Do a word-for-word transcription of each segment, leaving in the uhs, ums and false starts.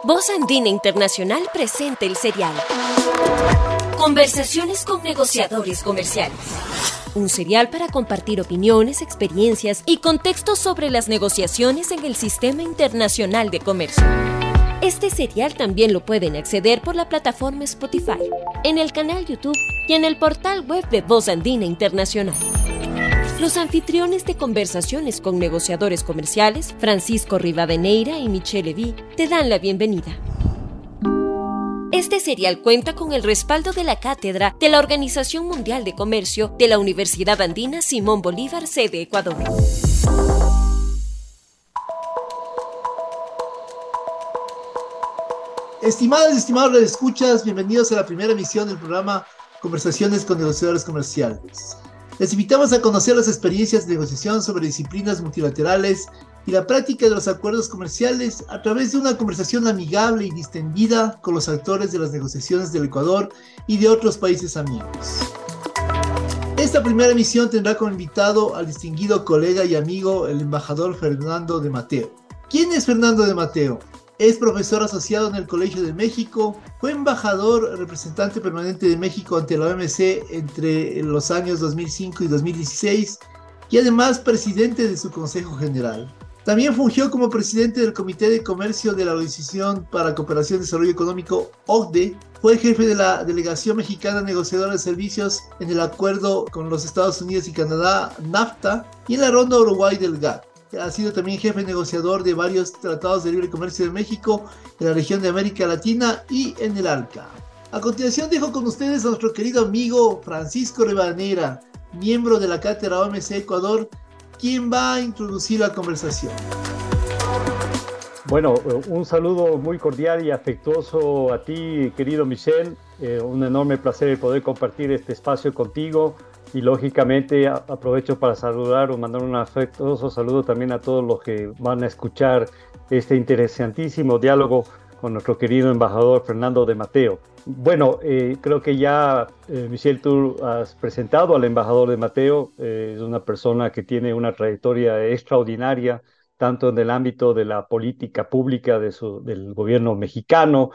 Voz Andina Internacional presenta el serial Conversaciones con negociadores comerciales. Un serial para compartir opiniones, experiencias y contextos sobre las negociaciones en el sistema internacional de comercio. Este serial también lo pueden acceder por la plataforma Spotify, en el canal YouTube y en el portal web de Voz Andina Internacional. Los anfitriones de Conversaciones con negociadores comerciales, Francisco Rivadeneira y Michelle Levy, te dan la bienvenida. Este serial cuenta con el respaldo de la cátedra de la Organización Mundial de Comercio de la Universidad Andina Simón Bolívar, sede Ecuador. Estimadas y estimados escuchas, bienvenidos a la primera emisión del programa Conversaciones con negociadores comerciales. Les invitamos a conocer las experiencias de negociación sobre disciplinas multilaterales y la práctica de los acuerdos comerciales a través de una conversación amigable y distendida con los actores de las negociaciones del Ecuador y de otros países amigos. Esta primera emisión tendrá como invitado al distinguido colega y amigo, el embajador Fernando de Mateo. ¿Quién es Fernando de Mateo? Es profesor asociado en el Colegio de México, fue embajador representante permanente de México ante la O M C entre los años dos mil cinco y dos mil dieciséis y además presidente de su Consejo General. También fungió como presidente del Comité de Comercio de la Organización para Cooperación y Desarrollo Económico, O C D E, fue jefe de la Delegación Mexicana Negociadora de Servicios en el acuerdo con los Estados Unidos y Canadá, NAFTA, y en la ronda Uruguay del G A T T. Ha sido también jefe negociador de varios tratados de libre comercio de México, en la región de América Latina y en el ALCA. A continuación dejo con ustedes a nuestro querido amigo Francisco Rivadeneira, miembro de la cátedra O M C Ecuador, quien va a introducir la conversación. Bueno, un saludo muy cordial y afectuoso a ti, querido Michel. Eh, un enorme placer poder compartir este espacio contigo. Y lógicamente aprovecho para saludar o mandar un afectuoso saludo también a todos los que van a escuchar este interesantísimo diálogo con nuestro querido embajador Fernando de Mateo. Bueno, eh, creo que ya, eh, Michel, tú has presentado al embajador de Mateo. Eh, es una persona que tiene una trayectoria extraordinaria, tanto en el ámbito de la política pública de su, del gobierno mexicano,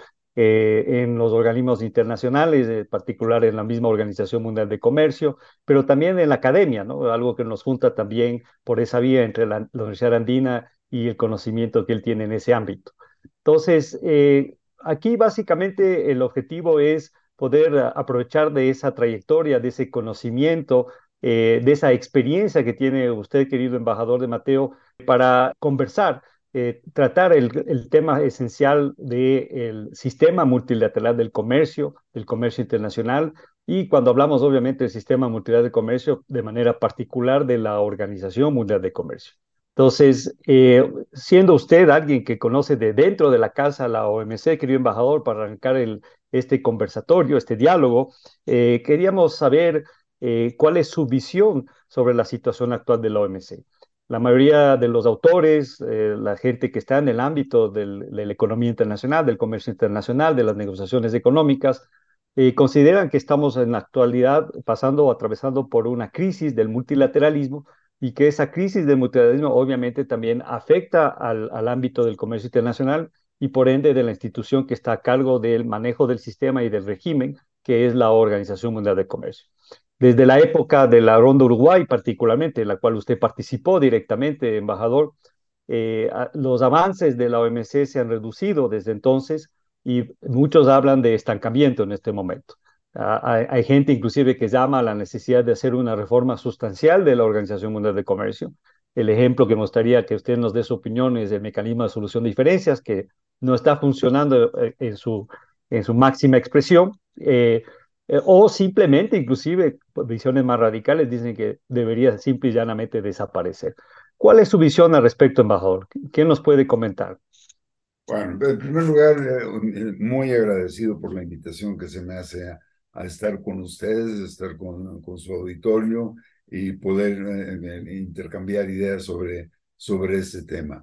Eh, en los organismos internacionales, en particular en la misma Organización Mundial de Comercio, pero también en la academia, ¿no? Algo que nos junta también por esa vía entre la, la Universidad Andina y el conocimiento que él tiene en ese ámbito. Entonces, eh, aquí básicamente el objetivo es poder aprovechar de esa trayectoria, de ese conocimiento, eh, de esa experiencia que tiene usted, querido embajador de Mateo, para conversar. Eh, tratar el, el tema esencial del sistema multilateral del comercio, del comercio internacional, y cuando hablamos obviamente del sistema multilateral de comercio, de manera particular de la Organización Mundial de Comercio. Entonces, eh, siendo usted alguien que conoce de dentro de la casa la O M C, querido embajador, para arrancar el, este conversatorio, este diálogo, eh, queríamos saber eh, cuál es su visión sobre la situación actual de la O M C. La mayoría de los autores, eh, la gente que está en el ámbito del, de la economía internacional, del comercio internacional, de las negociaciones económicas, eh, consideran que estamos en la actualidad pasando o atravesando por una crisis del multilateralismo y que esa crisis del multilateralismo obviamente también afecta al, al ámbito del comercio internacional y por ende de la institución que está a cargo del manejo del sistema y del régimen, que es la Organización Mundial de Comercio. Desde la época de la Ronda Uruguay, particularmente, en la cual usted participó directamente, embajador, eh, los avances de la O M C se han reducido desde entonces y muchos hablan de estancamiento en este momento. Uh, hay, hay gente inclusive que llama a la necesidad de hacer una reforma sustancial de la Organización Mundial de Comercio. El ejemplo que me gustaría que usted nos dé su opinión es el mecanismo de solución de diferencias, que no está funcionando en su, en su máxima expresión. Eh, Eh, o simplemente, inclusive, visiones más radicales dicen que debería simple y llanamente desaparecer. ¿Cuál es su visión al respecto, embajador? ¿Qué nos puede comentar? Bueno, en primer lugar, eh, muy agradecido por la invitación que se me hace a, a estar con ustedes, estar con, con su auditorio y poder eh, intercambiar ideas sobre, sobre este tema.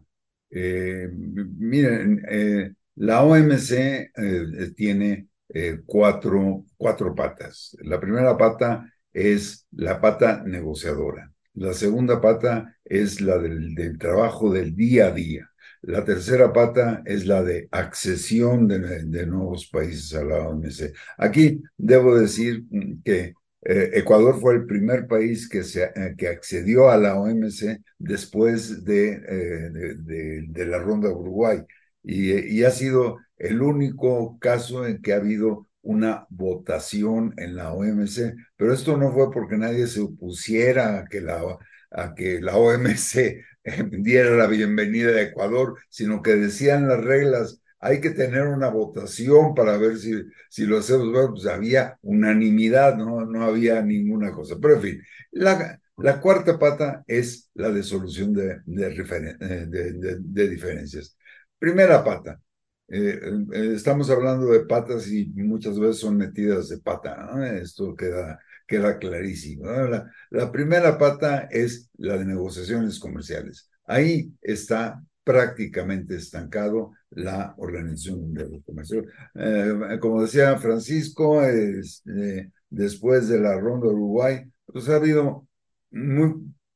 Eh, miren, eh, la O M C eh, tiene eh, cuatro, cuatro patas. La primera pata es la pata negociadora. La segunda pata es la del, del trabajo del día a día. La tercera pata es la de accesión de, de nuevos países a la O M C. Aquí debo decir que eh, Ecuador fue el primer país que, se, eh, que accedió a la O M C después de, eh, de, de, de la ronda Uruguay. Y, y ha sido el único caso en que ha habido una votación en la O M C, pero esto no fue porque nadie se opusiera a que la, a que la O M C diera la bienvenida a Ecuador, sino que decían las reglas, hay que tener una votación para ver si, si lo hacemos. Bueno, pues había unanimidad, no, no había ninguna cosa. Pero en fin, la, la cuarta pata es la de solución de, de, de, de, de diferencias. Primera pata, eh, eh, estamos hablando de patas y muchas veces son metidas de pata, ¿no? Esto queda, queda clarísimo, ¿no? La, la primera pata es la de negociaciones comerciales. Ahí está prácticamente estancado la Organización Mundial del Comercio. Eh, como decía Francisco, es, eh, después de la ronda de Uruguay, pues ha habido muy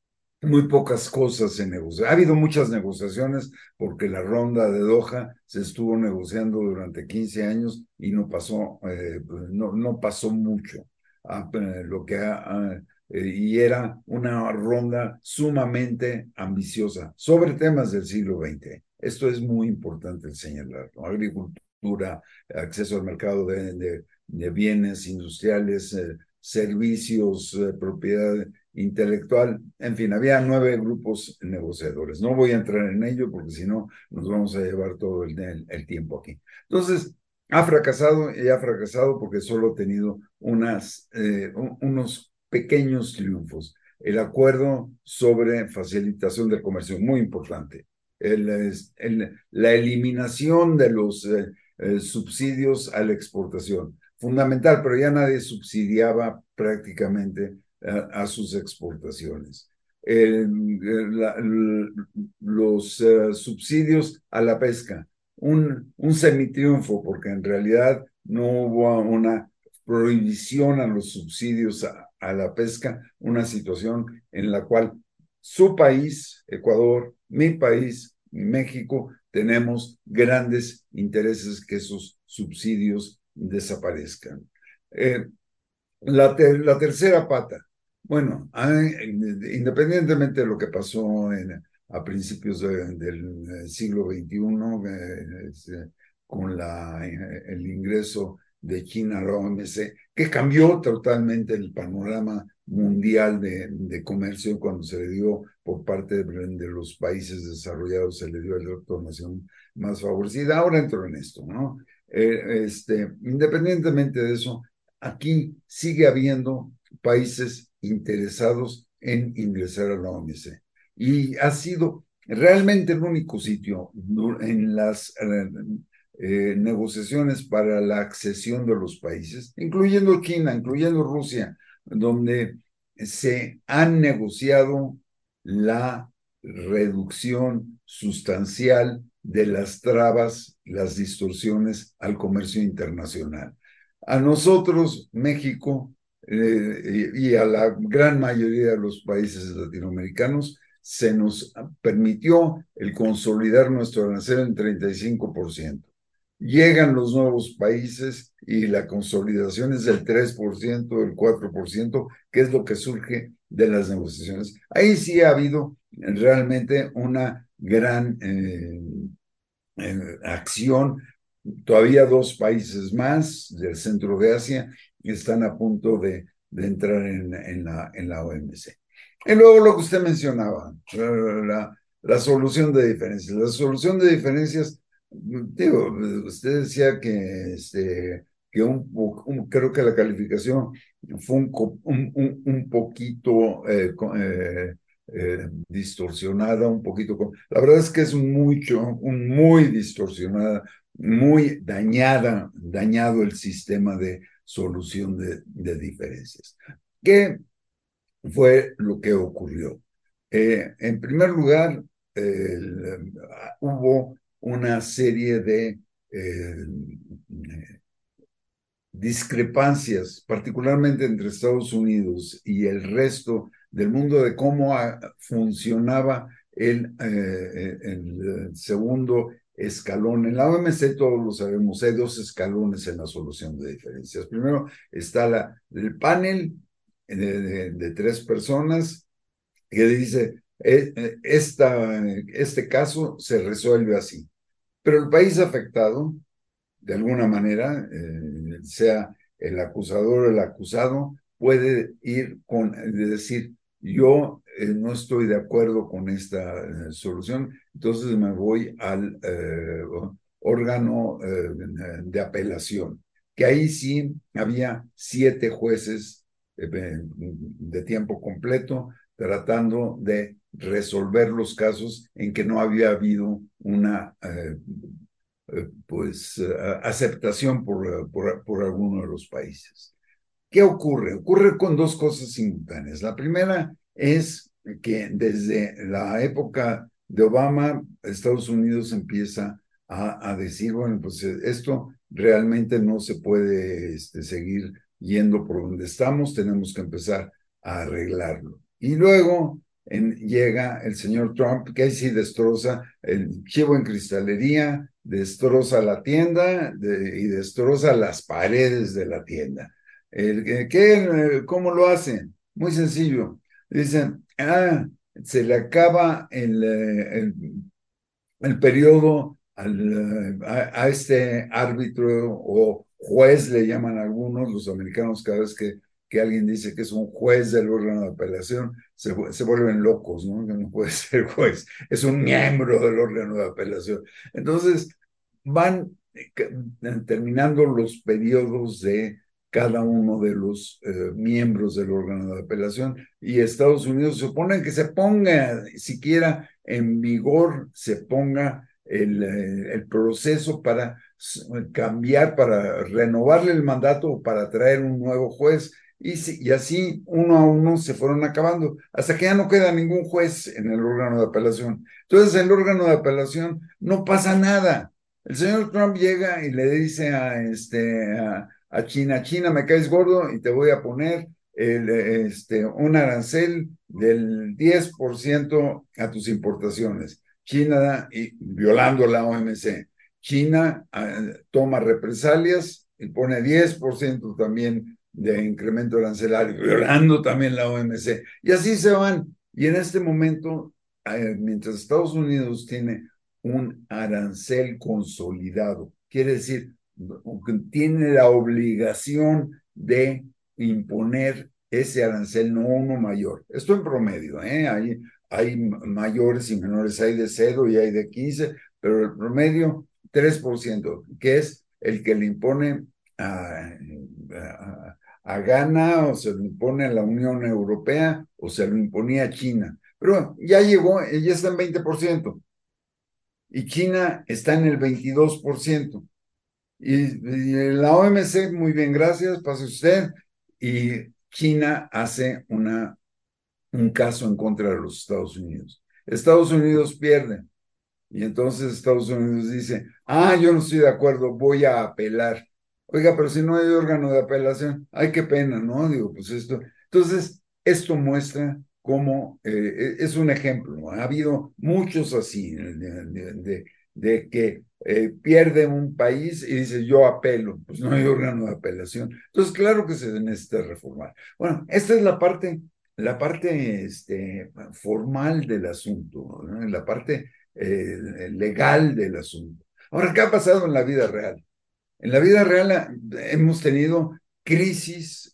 muy pocas cosas se negocian. Ha habido muchas negociaciones porque la ronda de Doha se estuvo negociando durante quince años y no pasó, eh, no, no pasó mucho. Ah, lo que ha, ah, eh, y era una ronda sumamente ambiciosa sobre temas del siglo veinte. Esto es muy importante señalarlo. Agricultura, acceso al mercado de, de, de bienes industriales, eh, servicios, eh, propiedad intelectual, en fin, había nueve grupos negociadores. No voy a entrar en ello porque si no nos vamos a llevar todo el, el, el tiempo aquí. Entonces, ha fracasado y ha fracasado porque solo ha tenido unas, eh, un, unos pequeños triunfos. El acuerdo sobre facilitación del comercio, muy importante. El, el, la eliminación de los eh, eh, subsidios a la exportación, fundamental, pero ya nadie subsidiaba prácticamente a, a sus exportaciones. Eh, la, los uh, subsidios a la pesca, un, un semitriunfo, porque en realidad no hubo una prohibición a los subsidios a, a la pesca, una situación en la cual su país, Ecuador, mi país, México, tenemos grandes intereses que esos subsidios desaparezcan. Eh, la, ter la tercera pata, bueno, hay, independientemente de lo que pasó en, a principios de, del siglo veintiuno, eh, este, con la, eh, el ingreso de China a la O M C, que cambió totalmente el panorama mundial de, de comercio cuando se le dio por parte de, de los países desarrollados, se le dio la información más favorecida. Ahora entro en esto, ¿no? Eh, este, independientemente de eso, aquí sigue habiendo países interesados en ingresar a la O M C. Y ha sido realmente el único sitio en las eh, eh, negociaciones para la accesión de los países, incluyendo China, incluyendo Rusia, donde se han negociado la reducción sustancial de las trabas, las distorsiones al comercio internacional. A nosotros, México, eh, y a la gran mayoría de los países latinoamericanos, se nos permitió el consolidar nuestro arancel en treinta y cinco por ciento. Llegan los nuevos países y la consolidación es del tres por ciento, del cuatro por ciento, que es lo que surge de las negociaciones. Ahí sí ha habido realmente una gran eh, eh, acción. Todavía dos países más del centro de Asia están a punto de, de entrar en, en, la, en la O M C. Y luego lo que usted mencionaba, la, la solución de diferencias. La solución de diferencias, digo, usted decía que, este, que un, un, creo que la calificación fue un, un, un, un poquito eh, eh, eh, distorsionada, un poquito. Con, la verdad es que es un mucho, un muy distorsionada, muy dañada, dañado el sistema de solución de, de diferencias. ¿Qué fue lo que ocurrió? Eh, en primer lugar, eh, hubo una serie de eh, discrepancias, particularmente entre Estados Unidos y el resto del mundo, de cómo a, funcionaba el, eh, el segundo escalón. En la O M C, todos lo sabemos, hay dos escalones en la solución de diferencias. Primero está la, el panel de, de, de tres personas que dice, esta, este caso se resuelve así. Pero el país afectado, de alguna manera, eh, sea el acusador o el acusado, puede ir con, decir, yo eh, no estoy de acuerdo con esta eh, solución, entonces me voy al eh, órgano eh, de apelación, que ahí sí había siete jueces eh, de tiempo completo tratando de resolver los casos en que no había habido una eh, pues aceptación por, por, por alguno de los países. ¿Qué ocurre? Ocurre con dos cosas simultáneas. La primera es que desde la época de Obama, Estados Unidos empieza a, a decir, bueno, pues esto realmente no se puede este, seguir yendo por donde estamos, tenemos que empezar a arreglarlo. Y luego en, llega el señor Trump, que ahí sí destroza el chivo en cristalería, destroza la tienda de, y destroza las paredes de la tienda. El, ¿qué, ¿Cómo lo hacen? Muy sencillo. Dicen, ah, se le acaba el, el, el periodo al, a, a este árbitro o juez, le llaman algunos, los americanos, cada vez que, que alguien dice que es un juez del órgano de apelación, se, se vuelven locos, ¿no? Que no puede ser juez, es un miembro del órgano de apelación. Entonces, van terminando los periodos de cada uno de los eh, miembros del órgano de apelación y Estados Unidos se supone que se ponga siquiera en vigor, se ponga el, eh, el proceso para cambiar, para renovarle el mandato o para traer un nuevo juez. Y, y así uno a uno se fueron acabando, hasta que ya no queda ningún juez en el órgano de apelación. Entonces, en el órgano de apelación no pasa nada. El señor Trump llega y le dice a, este, a, a China, China, me caes gordo y te voy a poner el, este, un arancel del diez por ciento a tus importaciones. China, y, violando la O M C. China uh, toma represalias y pone diez por ciento también de incremento arancelario, violando también la O M C. Y así se van. Y en este momento, eh, mientras Estados Unidos tiene un arancel consolidado, quiere decir, tiene la obligación de imponer ese arancel, no uno mayor. Esto en promedio, ¿eh? Hay, hay mayores y menores, hay de cero y hay de quince, pero el promedio, tres por ciento, que es el que le impone a, a, a Ghana o se lo impone a la Unión Europea o se lo imponía a China. Pero ya llegó, ya está en veinte por ciento. Y China está en el veintidós por ciento. Y, y la O M C, muy bien, gracias, pase usted. Y China hace una, un caso en contra de los Estados Unidos. Estados Unidos pierde. Y entonces Estados Unidos dice, ah, yo no estoy de acuerdo, voy a apelar. Oiga, pero si no hay órgano de apelación, ay, qué pena, ¿no? Digo, pues esto. Entonces, esto muestra cómo, eh, es un ejemplo, ¿no? Ha habido muchos así, de, de, de, de que eh, pierde un país y dice, yo apelo, pues no hay órgano de apelación. Entonces, claro que se necesita reformar. Bueno, esta es la parte, la parte este, formal del asunto, ¿no? La parte eh, legal del asunto. Ahora, ¿qué ha pasado en la vida real? En la vida real hemos tenido crisis,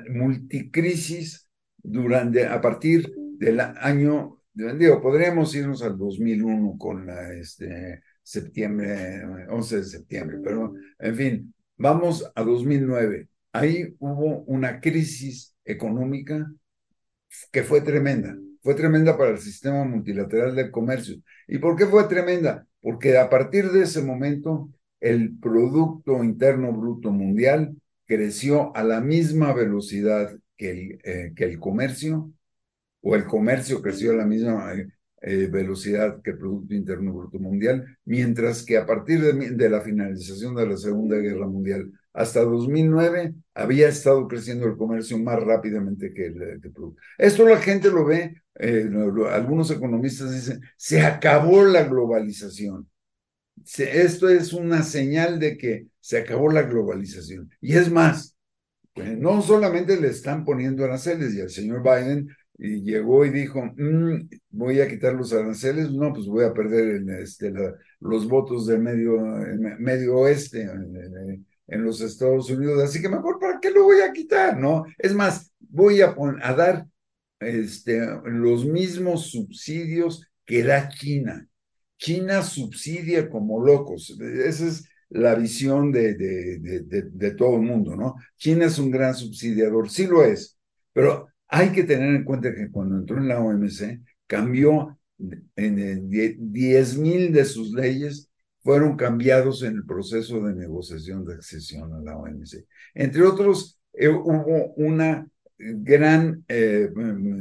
multicrisis, durante, a partir del año, digo, podríamos irnos al dos mil uno con la, este, septiembre, once de septiembre, pero en fin, vamos a dos mil nueve. Ahí hubo una crisis económica que fue tremenda. Fue tremenda para el sistema multilateral del comercio. ¿Y por qué fue tremenda? Porque a partir de ese momento el Producto Interno Bruto Mundial creció a la misma velocidad que el, eh, que el comercio, o el comercio creció a la misma eh, velocidad que el Producto Interno Bruto Mundial, mientras que a partir de, de la finalización de la Segunda Guerra Mundial hasta dos mil nueve había estado creciendo el comercio más rápidamente que el que producto. Esto la gente lo ve, eh, lo, lo, algunos economistas dicen, se acabó la globalización. Se, esto es una señal de que se acabó la globalización. Y es más, eh, no solamente le están poniendo aranceles, y el señor Biden y llegó y dijo, mmm, voy a quitar los aranceles, no, pues voy a perder el, este, la, los votos del medio, medio oeste en, en, los Estados Unidos, así que mejor, ¿para qué lo voy a quitar? ¿No? Es más, voy a, a dar este, los mismos subsidios que da China. China subsidia como locos, esa es la visión de, de, de, de, de todo el mundo, ¿no? China es un gran subsidiador, sí lo es, pero hay que tener en cuenta que cuando entró en la O M C, cambió en diez mil de sus leyes, fueron cambiados en el proceso de negociación de accesión a la O M C. Entre otros, eh, hubo una gran eh,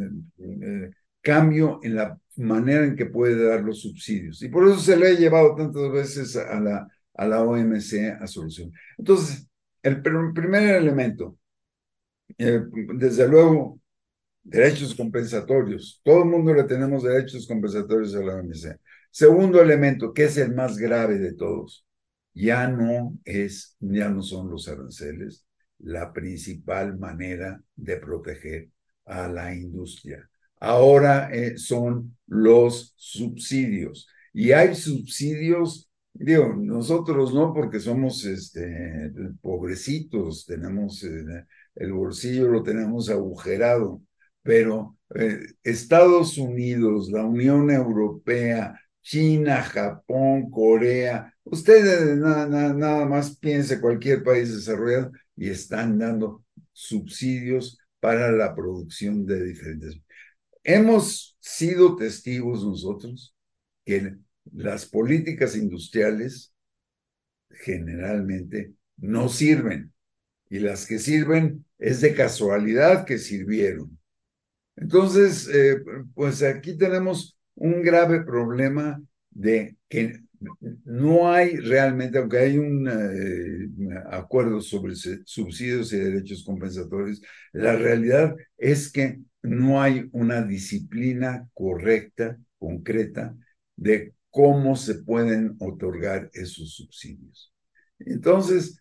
eh, cambio en la manera en que puede dar los subsidios. Y por eso se le ha llevado tantas veces a la, a la O M C a solución. Entonces, el primer elemento, eh, desde luego, derechos compensatorios. Todo el mundo le tenemos derechos compensatorios a la O M C. Segundo elemento, que es el más grave de todos, ya no es, ya no son los aranceles la principal manera de proteger a la industria. Ahora eh, son los subsidios. Y hay subsidios, digo, nosotros no, porque somos este, pobrecitos, tenemos eh, el bolsillo, lo tenemos agujerado, pero eh, Estados Unidos, la Unión Europea, China, Japón, Corea, ustedes nada, nada, nada más piense cualquier país desarrollado y están dando subsidios para la producción de diferentes. Hemos sido testigos nosotros que las políticas industriales generalmente no sirven y las que sirven es de casualidad que sirvieron. Entonces, eh, pues aquí tenemos un grave problema de que no hay realmente, aunque hay un eh, acuerdo sobre subsidios y derechos compensatorios, la realidad es que no hay una disciplina correcta, concreta, de cómo se pueden otorgar esos subsidios. Entonces,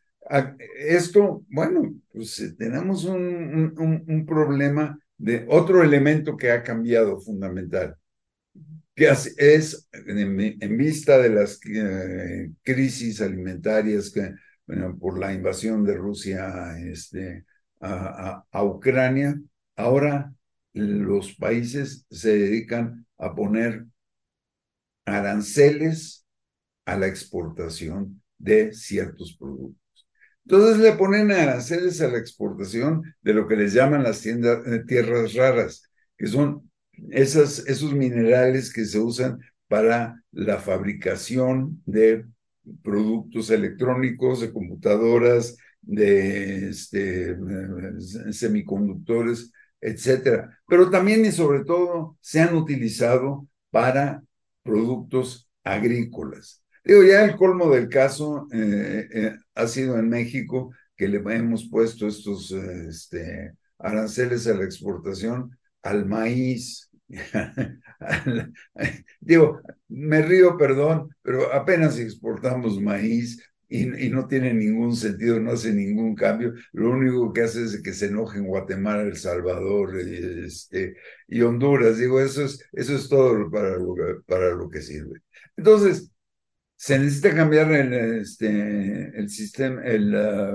esto, bueno, pues tenemos un, un, un problema de otro elemento que ha cambiado fundamental, que es en, en vista de las eh, crisis alimentarias que, bueno, por la invasión de Rusia este, a, a, a Ucrania, ahora los países se dedican a poner aranceles a la exportación de ciertos productos. Entonces le ponen aranceles a la exportación de lo que les llaman las tiendas, eh, tierras raras, que son esas, esos minerales que se usan para la fabricación de productos electrónicos, de computadoras, de este, semiconductores, etcétera. Pero también y sobre todo se han utilizado para productos agrícolas. Digo, ya el colmo del caso eh, eh, ha sido en México, que le hemos puesto estos eh, este, aranceles a la exportación al maíz. al, digo, me río, perdón, pero apenas exportamos maíz y, y no tiene ningún sentido, no hace ningún cambio. Lo único que hace es que se enoje en Guatemala, El Salvador este, y Honduras. Digo, eso es, eso es todo para lo, para lo que sirve. Entonces, se necesita cambiar el, este, el sistema, el,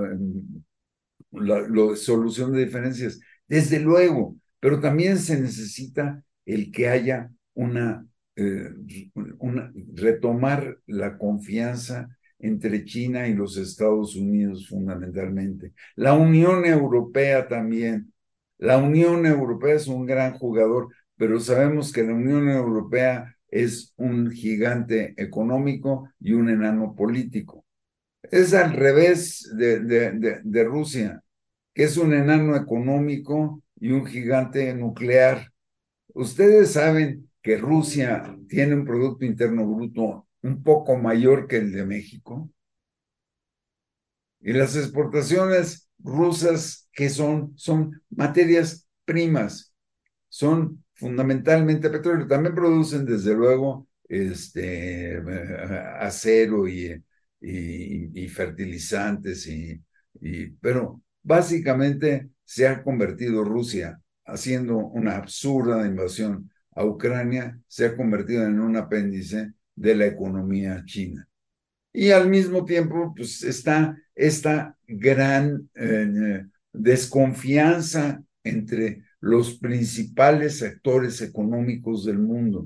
uh, la, la solución de diferencias, desde luego, pero también se necesita el que haya una, eh, una retomar la confianza entre China y los Estados Unidos fundamentalmente. La Unión Europea también. La Unión Europea es un gran jugador, pero sabemos que la Unión Europea es un gigante económico y un enano político. Es al revés de, de, de, de Rusia, que es un enano económico y un gigante nuclear. Ustedes saben que Rusia tiene un Producto Interno Bruto un poco mayor que el de México. Y las exportaciones rusas, ¿qué son? Son materias primas, son fundamentalmente petróleo. También producen, desde luego, este, acero y, y, y fertilizantes, y, y, pero básicamente se ha convertido Rusia, haciendo una absurda invasión a Ucrania, se ha convertido en un apéndice de la economía china. Y al mismo tiempo, pues está esta gran eh, desconfianza entre los principales actores económicos del mundo.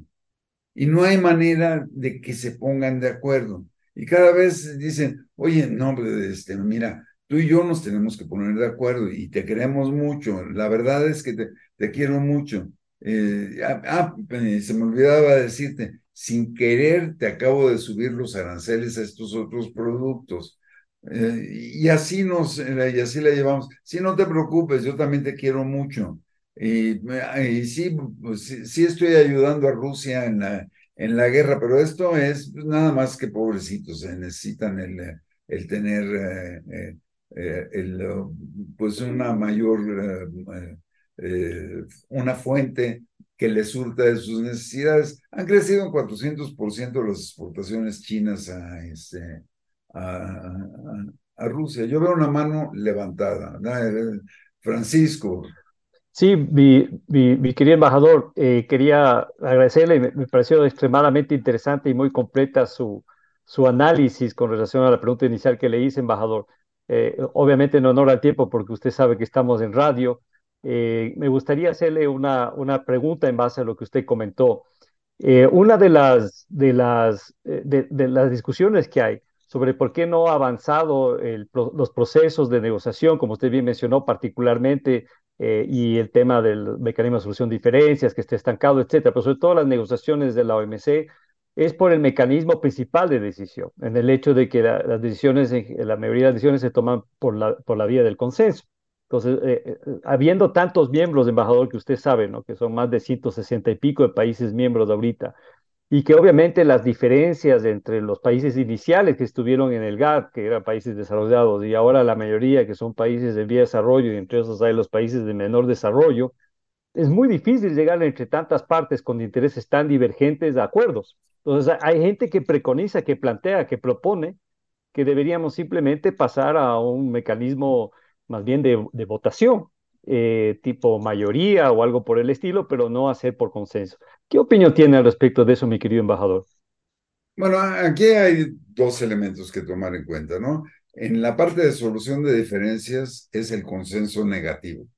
Y no hay manera de que se pongan de acuerdo. Y cada vez dicen, oye, no, este, mira, tú y yo nos tenemos que poner de acuerdo y te queremos mucho. La verdad es que te, te quiero mucho. Eh, ah, se me olvidaba decirte, sin querer te acabo de subir los aranceles a estos otros productos. Eh, y así nos, y así la llevamos. Sí, no te preocupes, yo también te quiero mucho. Y, y sí, pues, sí, sí estoy ayudando a Rusia en la, en la guerra, pero esto es pues, nada más que pobrecitos, se necesitan el, el tener eh, eh, el, pues una mayor, eh, eh, una fuente que les surta de sus necesidades. Han crecido en cuatrocientos por ciento las exportaciones chinas a, este, a, a, a Rusia. Yo veo una mano levantada, ¿no? Francisco. Sí, mi, mi, mi querido embajador, eh, quería agradecerle, me, me pareció extremadamente interesante y muy completa su, su análisis con relación a la pregunta inicial que le hice, embajador. Eh, obviamente en honor al tiempo, porque usted sabe que estamos en radio, eh, me gustaría hacerle una, una pregunta en base a lo que usted comentó. Eh, una de las, de las, eh, de, de las discusiones que hay sobre por qué no ha avanzado el pro- los procesos de negociación, como usted bien mencionó, particularmente, eh, y el tema del mecanismo de solución de diferencias, que esté estancado, etcétera, pero sobre todo las negociaciones de la O M C, es por el mecanismo principal de decisión, en el hecho de que la- las decisiones, en- la mayoría de las decisiones se toman por la, por la vía del consenso. Entonces, eh, eh, habiendo tantos miembros, embajador, que usted sabe, ¿no? Que son más de ciento sesenta y pico de países miembros ahorita, y que obviamente las diferencias entre los países iniciales que estuvieron en el G A T T, que eran países desarrollados, y ahora la mayoría que son países de vía de desarrollo, y entre esos hay los países de menor desarrollo, es muy difícil llegar entre tantas partes con intereses tan divergentes a acuerdos. Entonces, hay gente que preconiza, que plantea, que propone que deberíamos simplemente pasar a un mecanismo más bien de, de votación, eh, tipo mayoría o algo por el estilo, pero no hacer por consenso. ¿Qué opinión tiene al respecto de eso, mi querido embajador? Bueno, aquí hay dos elementos que tomar en cuenta, ¿no? En la parte de solución de diferencias es el consenso negativo.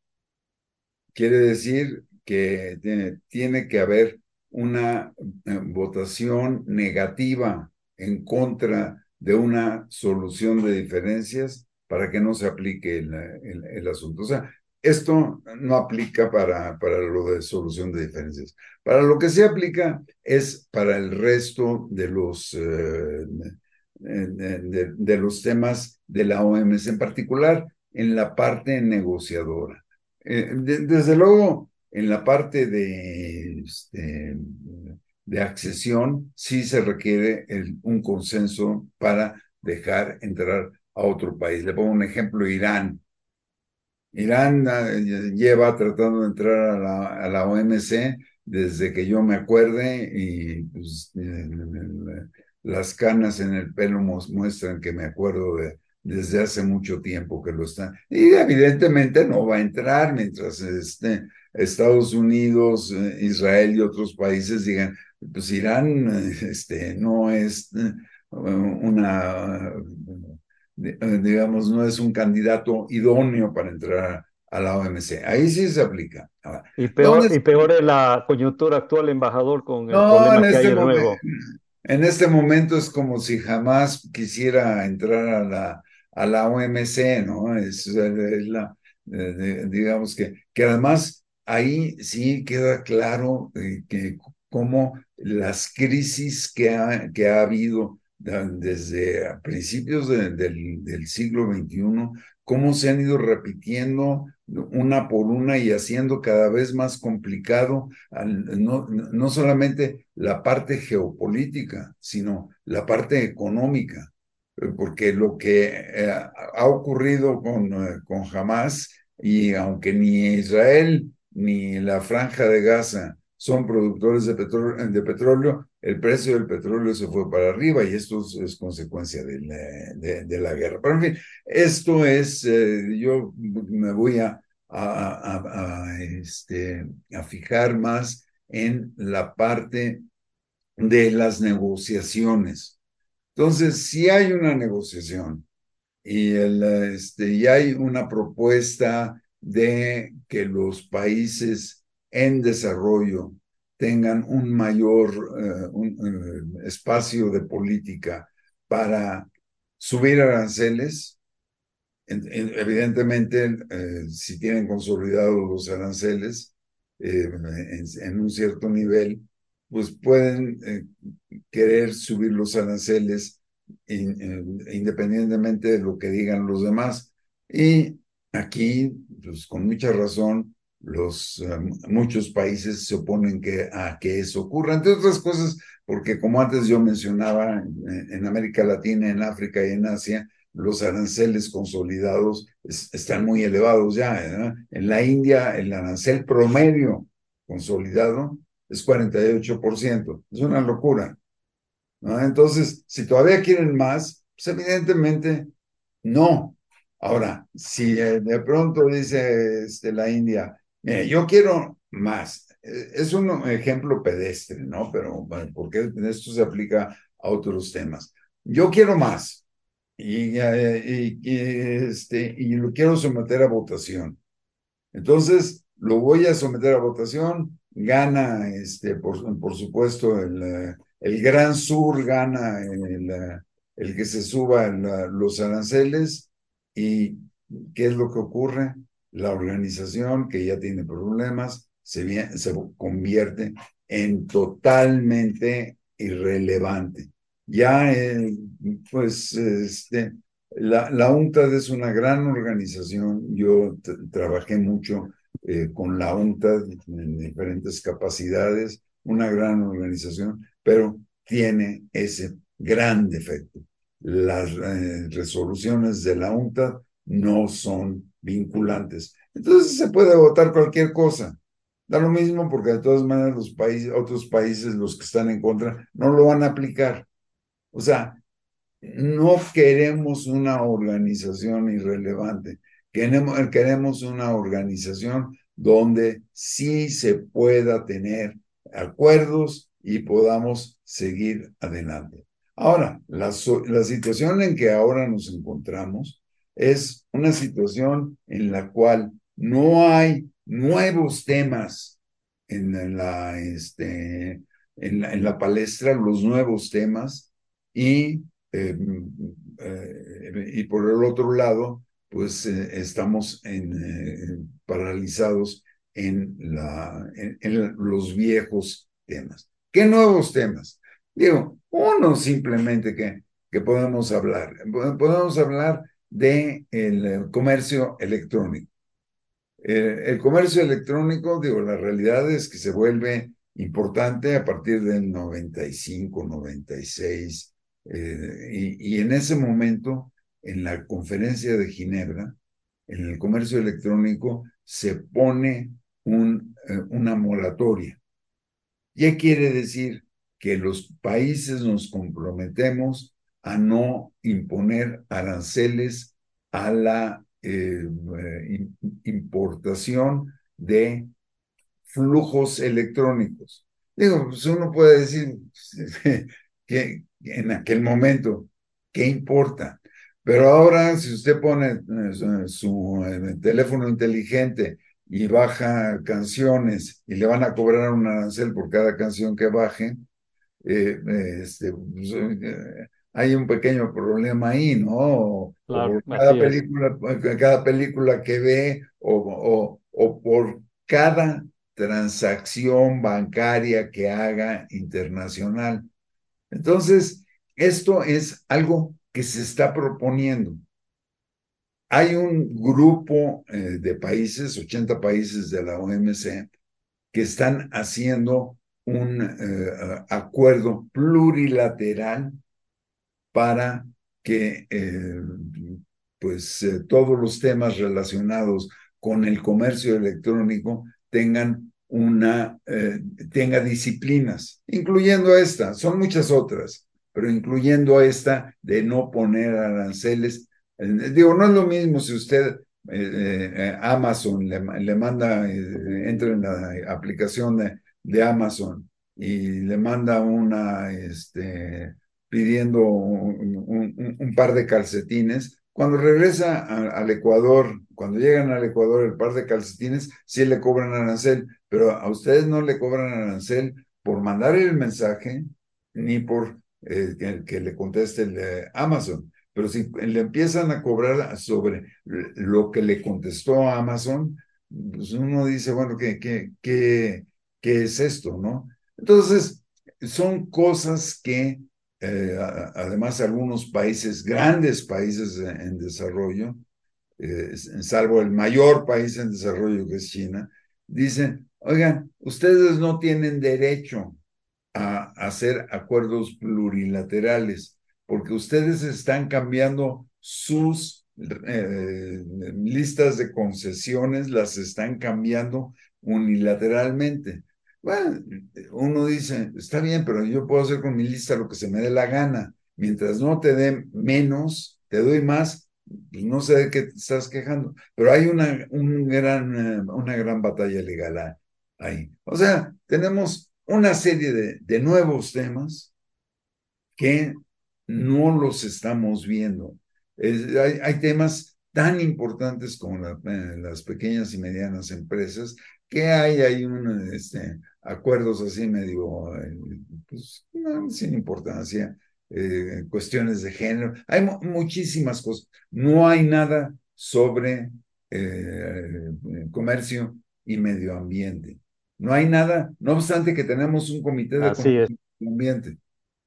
Quiere decir que tiene, tiene que haber una eh, votación negativa en contra de una solución de diferencias para que no se aplique el, el, el asunto. O sea, esto no aplica para, para lo de solución de diferencias. Para lo que sí aplica es para el resto de los, eh, de, de, de los temas de la O M C, en particular en la parte negociadora. Eh, de, desde luego, en la parte de, este, de accesión, sí se requiere el, un consenso para dejar entrar a otro país. Le pongo un ejemplo, Irán. Irán uh, lleva tratando de entrar a la, a la O M C desde que yo me acuerde y pues, eh, las canas en el pelo muestran que me acuerdo de, desde hace mucho tiempo que lo están. Y evidentemente no va a entrar mientras este, Estados Unidos, eh, Israel y otros países digan, pues Irán este, no es una digamos, no es un candidato idóneo para entrar a la O M C. Ahí sí se aplica. Ahora, Y ¿dónde peor, y peor es la coyuntura actual, embajador, con el no, en problema que hay este de momento, nuevo. en este momento es como si jamás quisiera entrar a la, a la O M C, ¿no? Es, es la, eh, digamos que, que además ahí sí queda claro eh, que cómo las crisis que ha, que ha habido desde a principios de, del, del siglo veintiuno, cómo se han ido repitiendo una por una y haciendo cada vez más complicado no, no solamente la parte geopolítica, sino la parte económica. porque lo que eh, ha ocurrido con, eh, con Hamas, y aunque ni Israel ni la Franja de Gaza son productores de petróleo, de petróleo, el precio del petróleo se fue para arriba y esto es, es consecuencia de la, de, de la guerra. Pero en fin, esto es, eh, yo me voy a, a, a, a, este, a fijar más en la parte de las negociaciones. Entonces, si hay una negociación y, el, este, y hay una propuesta de que los países en desarrollo tengan un mayor uh, un, uh, espacio de política para subir aranceles. Evidentemente, eh, si tienen consolidados los aranceles eh, en, en, un cierto nivel, pues pueden eh, querer subir los aranceles in, in, independientemente de lo que digan los demás. Y aquí, pues con mucha razón, los, um, muchos países se oponen que, a que eso ocurra, entre otras cosas, porque como antes yo mencionaba, en, en América Latina, en África y en Asia, los aranceles consolidados es, están muy elevados ya. ¿eh? En la India, el arancel promedio consolidado es cuarenta y ocho por ciento. Es una locura. ¿no? Entonces, si todavía quieren más, pues evidentemente no. Ahora, si de pronto dice este, la India, mire, yo quiero más, es un ejemplo pedestre, ¿no? Pero bueno, porque esto se aplica a otros temas. Yo quiero más y, y, y, este, y lo quiero someter a votación. Entonces, lo voy a someter a votación, gana, este, por, por supuesto, el, el Gran Sur gana el, el que se suban los aranceles. ¿Y qué es lo que ocurre? La organización, que ya tiene problemas, se, se convierte en totalmente irrelevante. Ya, eh, pues, este, la, la UNCTAD es una gran organización. Yo trabajé mucho eh, con la UNCTAD en diferentes capacidades, una gran organización, pero tiene ese gran defecto. Las eh, resoluciones de la UNCTAD no son vinculantes. Entonces se puede votar cualquier cosa. Da lo mismo porque de todas maneras los países, otros países, los que están en contra, no lo van a aplicar. O sea, no queremos una organización irrelevante, queremos, queremos una organización donde sí se pueda tener acuerdos y podamos seguir adelante. Ahora, la, la situación en que ahora nos encontramos es una situación en la cual no hay nuevos temas en la, este, en la, en la palestra, los nuevos temas, y eh, eh, y por el otro lado, pues eh, estamos en, eh, paralizados en, la, en, en los viejos temas. ¿Qué nuevos temas? Digo, uno simplemente que, que podemos hablar. Podemos hablar del de comercio electrónico. Eh, el comercio electrónico, digo, la realidad es que se vuelve importante a partir del noventa y cinco, noventa y seis, eh, y, y en ese momento, en la conferencia de Ginebra, en el comercio electrónico se pone un, eh, una moratoria. ¿Qué quiere decir? Que los países nos comprometemos a no imponer aranceles a la eh, eh, importación de flujos electrónicos. Digo, pues uno puede decir que en aquel momento, ¿qué importa? Pero ahora, si usted pone eh, su eh, teléfono inteligente y baja canciones y le van a cobrar un arancel por cada canción que baje, eh, este, pues, eh, hay un pequeño problema ahí, ¿no? O, o Claro, por cada así es. película, cada película que ve, o, o, o por cada transacción bancaria que haga internacional. Entonces, esto es algo que se está proponiendo. Hay un grupo eh, de países, ochenta países de la O M C, que están haciendo un eh, acuerdo plurilateral para que eh, pues eh, todos los temas relacionados con el comercio electrónico tengan una, eh, tenga disciplinas, incluyendo esta, son muchas otras, pero incluyendo esta de no poner aranceles. Eh, digo, no es lo mismo si usted, eh, eh, Amazon, le, le manda, eh, entra en la aplicación de, de Amazon y le manda una, este, pidiendo un, un, un par de calcetines. Cuando regresa a, al Ecuador, cuando llegan al Ecuador el par de calcetines, sí le cobran arancel, pero a ustedes no le cobran arancel por mandar el mensaje ni por eh, que, que, le conteste el eh, Amazon. Pero si le empiezan a cobrar sobre lo que le contestó Amazon, pues uno dice, bueno, ¿qué, qué, qué, qué es esto, no? Entonces, son cosas que eh, además algunos países, grandes países en, en desarrollo, eh, salvo el mayor país en desarrollo que es China, dicen, oigan, ustedes no tienen derecho a hacer acuerdos plurilaterales, porque ustedes están cambiando sus eh, listas de concesiones, las están cambiando unilateralmente. Bueno, uno dice, está bien, pero yo puedo hacer con mi lista lo que se me dé la gana. Mientras no te den menos, te doy más, pues no sé de qué te estás quejando. Pero hay una, un gran, una gran batalla legal ahí. O sea, tenemos una serie de, de nuevos temas que no los estamos viendo. Es, hay, hay, temas tan importantes como la, eh, las pequeñas y medianas empresas que hay, hay un, este, acuerdos así medio, eh, pues, no, sin importancia, eh, cuestiones de género. Hay mu muchísimas cosas. No hay nada sobre eh, comercio y medio ambiente. No hay nada, no obstante que tenemos un comité de Así es. medio ambiente.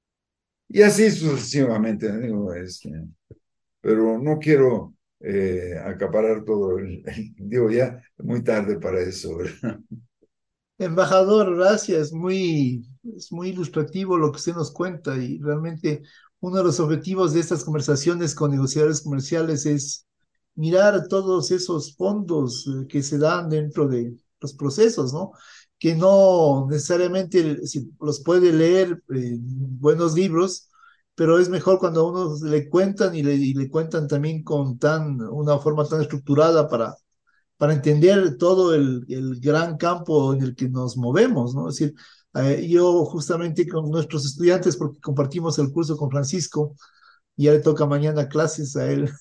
Y así sucesivamente, digo, este, pero no quiero eh, acaparar todo el, el, digo, ya muy tarde para eso, ¿verdad? Embajador, gracias. Muy, es muy ilustrativo lo que usted nos cuenta y realmente uno de los objetivos de estas conversaciones con negociadores comerciales es mirar todos esos fondos eh, que se dan dentro de los procesos, ¿no? Que no necesariamente si los puede leer en buenos libros, pero es mejor cuando a uno le cuentan y le, y le cuentan también con tan, una forma tan estructurada para para entender todo el, el, gran campo en el que nos movemos, ¿no? Es decir, eh, yo justamente con nuestros estudiantes, porque compartimos el curso con Francisco, y ya le toca mañana clases a él,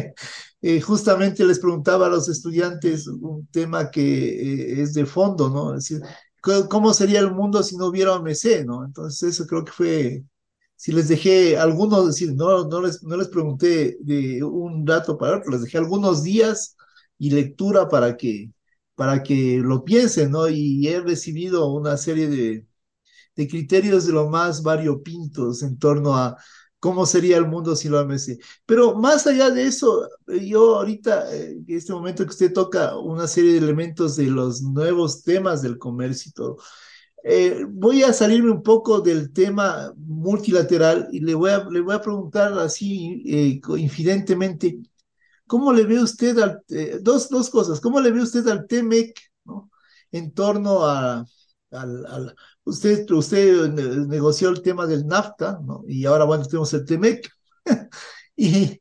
eh, justamente les preguntaba a los estudiantes un tema que eh, es de fondo, ¿no? Es decir, ¿cómo sería el mundo si no hubiera O M C, ¿no? Entonces eso creo que fue, si les dejé algunos, es decir, no, no, les, no les pregunté de un dato para otro, les dejé algunos días y lectura para que, para que lo piensen, ¿no? Y he recibido una serie de, de criterios de lo más variopintos en torno a cómo sería el mundo sin la O M C. Pero más allá de eso, yo ahorita, eh, en este momento que usted toca una serie de elementos de los nuevos temas del comercio y todo, eh, voy a salirme un poco del tema multilateral y le voy a, le voy a preguntar así, eh, infidentemente, ¿cómo le ve usted al, eh, dos, dos cosas, ¿cómo le ve usted al T M E C, ¿no? En torno a, al, al, usted, usted negoció el tema del NAFTA, ¿no? Y ahora, bueno, tenemos el T M E C. y,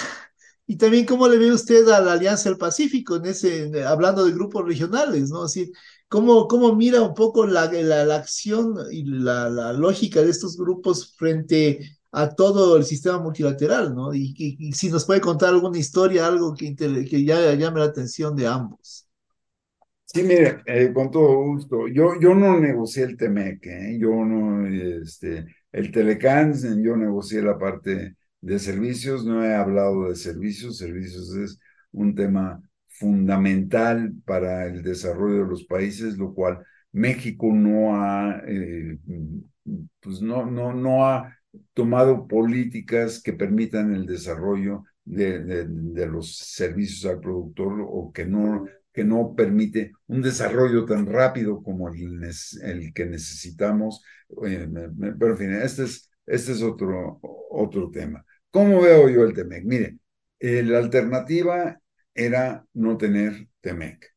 y también, ¿cómo le ve usted a la Alianza del Pacífico, en ese, hablando de grupos regionales, ¿no? Así, ¿cómo, cómo mira un poco la, la, la acción y la, la lógica de estos grupos frente a todo el sistema multilateral, ¿no? Y, y, y si nos puede contar alguna historia, algo que, que ya llame la atención de ambos. Sí, mire, eh, con todo gusto. Yo, yo no negocié el T M E C, ¿eh? Yo no, este, el Telecán, yo negocié la parte de servicios, no he hablado de servicios. Servicios es un tema fundamental para el desarrollo de los países, lo cual México no ha, eh, pues no, no, no ha tomado políticas que permitan el desarrollo de, de, de los servicios al productor o que no que no permite un desarrollo tan rápido como el, el que necesitamos. Eh, pero en fin, este es, este es otro, otro tema. ¿Cómo veo yo el Temec? Mire, eh, la alternativa era no tener Temec.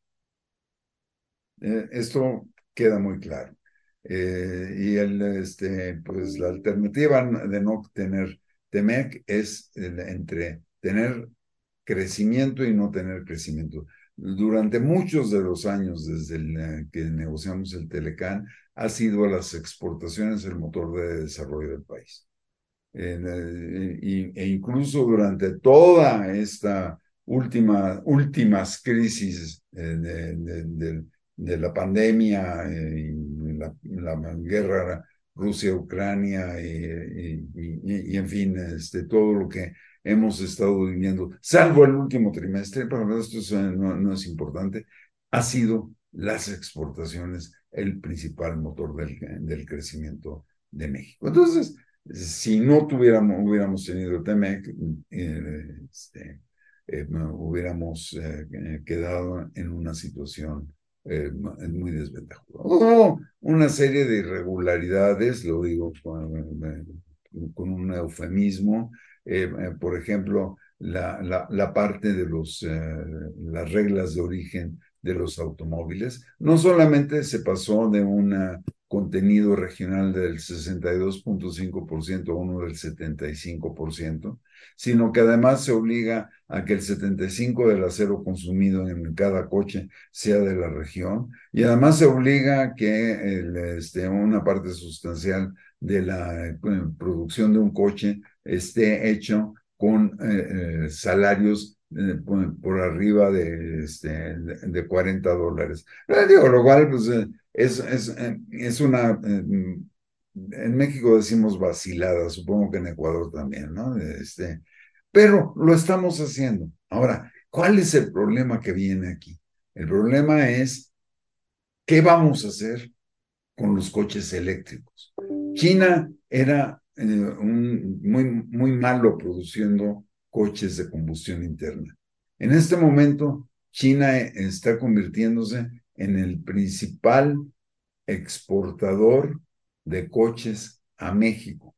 Eh, esto queda muy claro. Eh, y el, este, pues la alternativa de no tener Temec es el, entre tener crecimiento y no tener crecimiento. Durante muchos de los años, desde el, eh, que negociamos el Telecán, ha sido las exportaciones el motor de desarrollo del país. Eh, y, e incluso durante toda esta última, últimas crisis eh, de, de, de, de, la pandemia eh, y la, la, guerra Rusia-Ucrania y, y, y, y, en fin, este, todo lo que hemos estado viviendo, salvo el último trimestre, pero esto es, no, no es importante, ha sido las exportaciones el principal motor del, del crecimiento de México. Entonces, si no tuviéramos, hubiéramos tenido el Temec, eh, este, eh, hubiéramos eh, quedado en una situación eh, muy desventajosa. Hubo una serie de irregularidades, lo digo con, con un eufemismo, eh, eh, por ejemplo, la, la, la parte de los, eh, las reglas de origen de los automóviles. No solamente se pasó de una contenido regional del sesenta y dos punto cinco por ciento a uno del setenta y cinco por ciento, sino que además se obliga a que el setenta y cinco por ciento del acero consumido en cada coche sea de la región, y además se obliga a que el, este, una parte sustancial de la eh, producción de un coche esté hecho con eh, eh, salarios eh, por, por, arriba de, este, de, de cuarenta dólares. Pero digo, lo cual, pues, eh, es, es, es una, en México decimos vacilada, supongo que en Ecuador también, ¿no? Este, pero lo estamos haciendo. Ahora, ¿cuál es el problema que viene aquí? El problema es, ¿qué vamos a hacer con los coches eléctricos? China era eh, un, muy, muy malo produciendo coches de combustión interna. En este momento, China está convirtiéndose en el principal exportador de coches a México.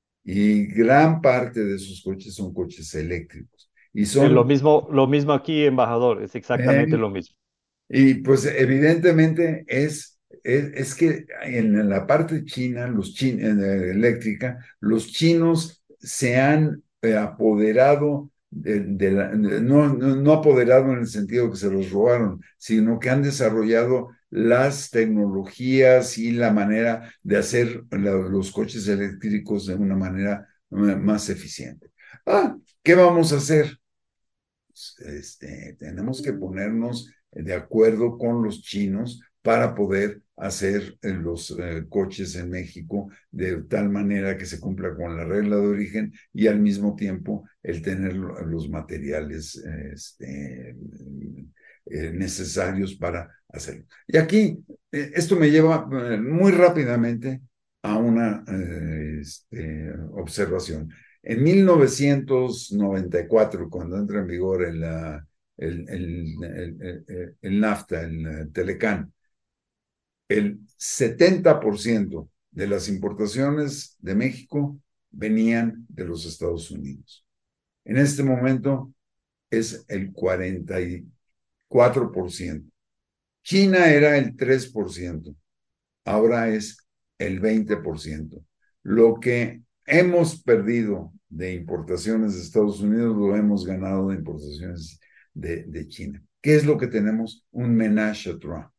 Y gran parte de esos coches son coches eléctricos. Y Es lo son... mismo, lo mismo aquí, embajador, es exactamente Eh, lo mismo. y pues evidentemente es, es, es, que en la parte china, los chin, eh, eléctrica, los chinos se han eh, apoderado de, de la, de, no, no apoderado en el sentido que se los robaron, sino que han desarrollado las tecnologías y la manera de hacer la, los coches eléctricos de una manera más eficiente. Ah, ¿qué vamos a hacer? Este, tenemos que ponernos de acuerdo con los chinos para poder hacer los eh, coches en México de tal manera que se cumpla con la regla de origen y al mismo tiempo el tener los materiales este, eh, necesarios para hacerlo. Y aquí, eh, esto me lleva eh, muy rápidamente a una eh, este, observación. En mil novecientos noventa y cuatro, cuando entra en vigor el, el, el, el, el NAFTA, el Telecán, el setenta por ciento de las importaciones de México venían de los Estados Unidos. En este momento es el cuarenta y cuatro por ciento. China era el tres por ciento, ahora es el veinte por ciento. Lo que hemos perdido de importaciones de Estados Unidos lo hemos ganado de importaciones de, de China. ¿Qué es lo que tenemos? Un ménage à trois.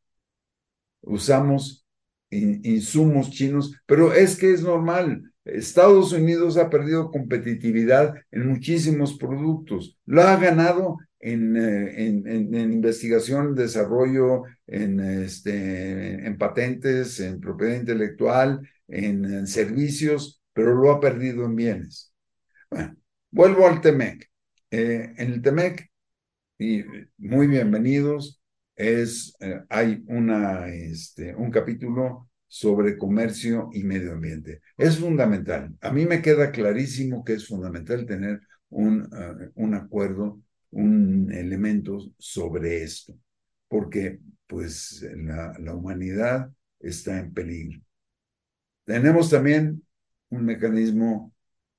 Usamos in, insumos chinos, pero es que es normal. Estados Unidos ha perdido competitividad en muchísimos productos. Lo ha ganado en, en, en, en investigación, desarrollo, en, este, en patentes, en propiedad intelectual, en, en servicios, pero lo ha perdido en bienes. Bueno, vuelvo al Temec. Eh, en el Temec, y muy bienvenidos, es, eh, hay una, este, un capítulo sobre comercio y medio ambiente. Es fundamental. A mí me queda clarísimo que es fundamental tener un, uh, un acuerdo, un elemento sobre esto, porque pues la, la humanidad está en peligro. Tenemos también un mecanismo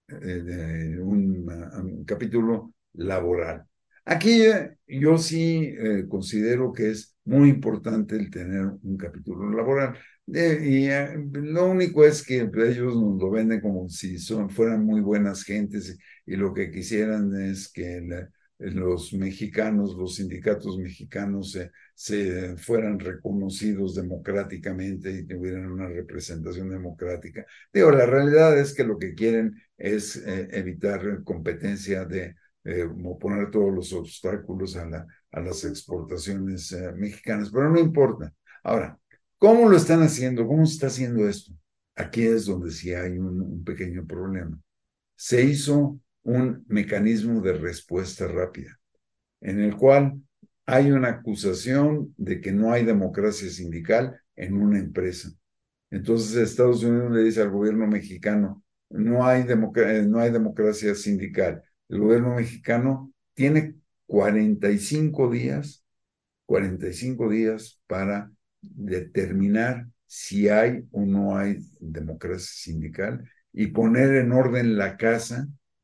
eh, un, un capítulo laboral. Aquí eh, yo sí eh, considero que es muy importante el tener un capítulo laboral. Eh, y eh, lo único es que ellos nos lo venden como si son, fueran muy buenas gentes y, y lo que quisieran es que la, los mexicanos, los sindicatos mexicanos se, se fueran reconocidos democráticamente y tuvieran una representación democrática. Digo, la realidad es que lo que quieren es eh, evitar competencia de eh, poner todos los obstáculos a, la, a las exportaciones eh, mexicanas, pero no importa. Ahora, ¿cómo lo están haciendo? ¿Cómo se está haciendo esto? Aquí es donde sí hay un, un pequeño problema. Se hizo un mecanismo de respuesta rápida, en el cual hay una acusación de que no hay democracia sindical en una empresa. Entonces Estados Unidos le dice al gobierno mexicano, no hay, democ- no hay democracia sindical. El gobierno mexicano tiene cuarenta y cinco días, cuarenta y cinco días para determinar si hay o no hay democracia sindical y poner en orden la casa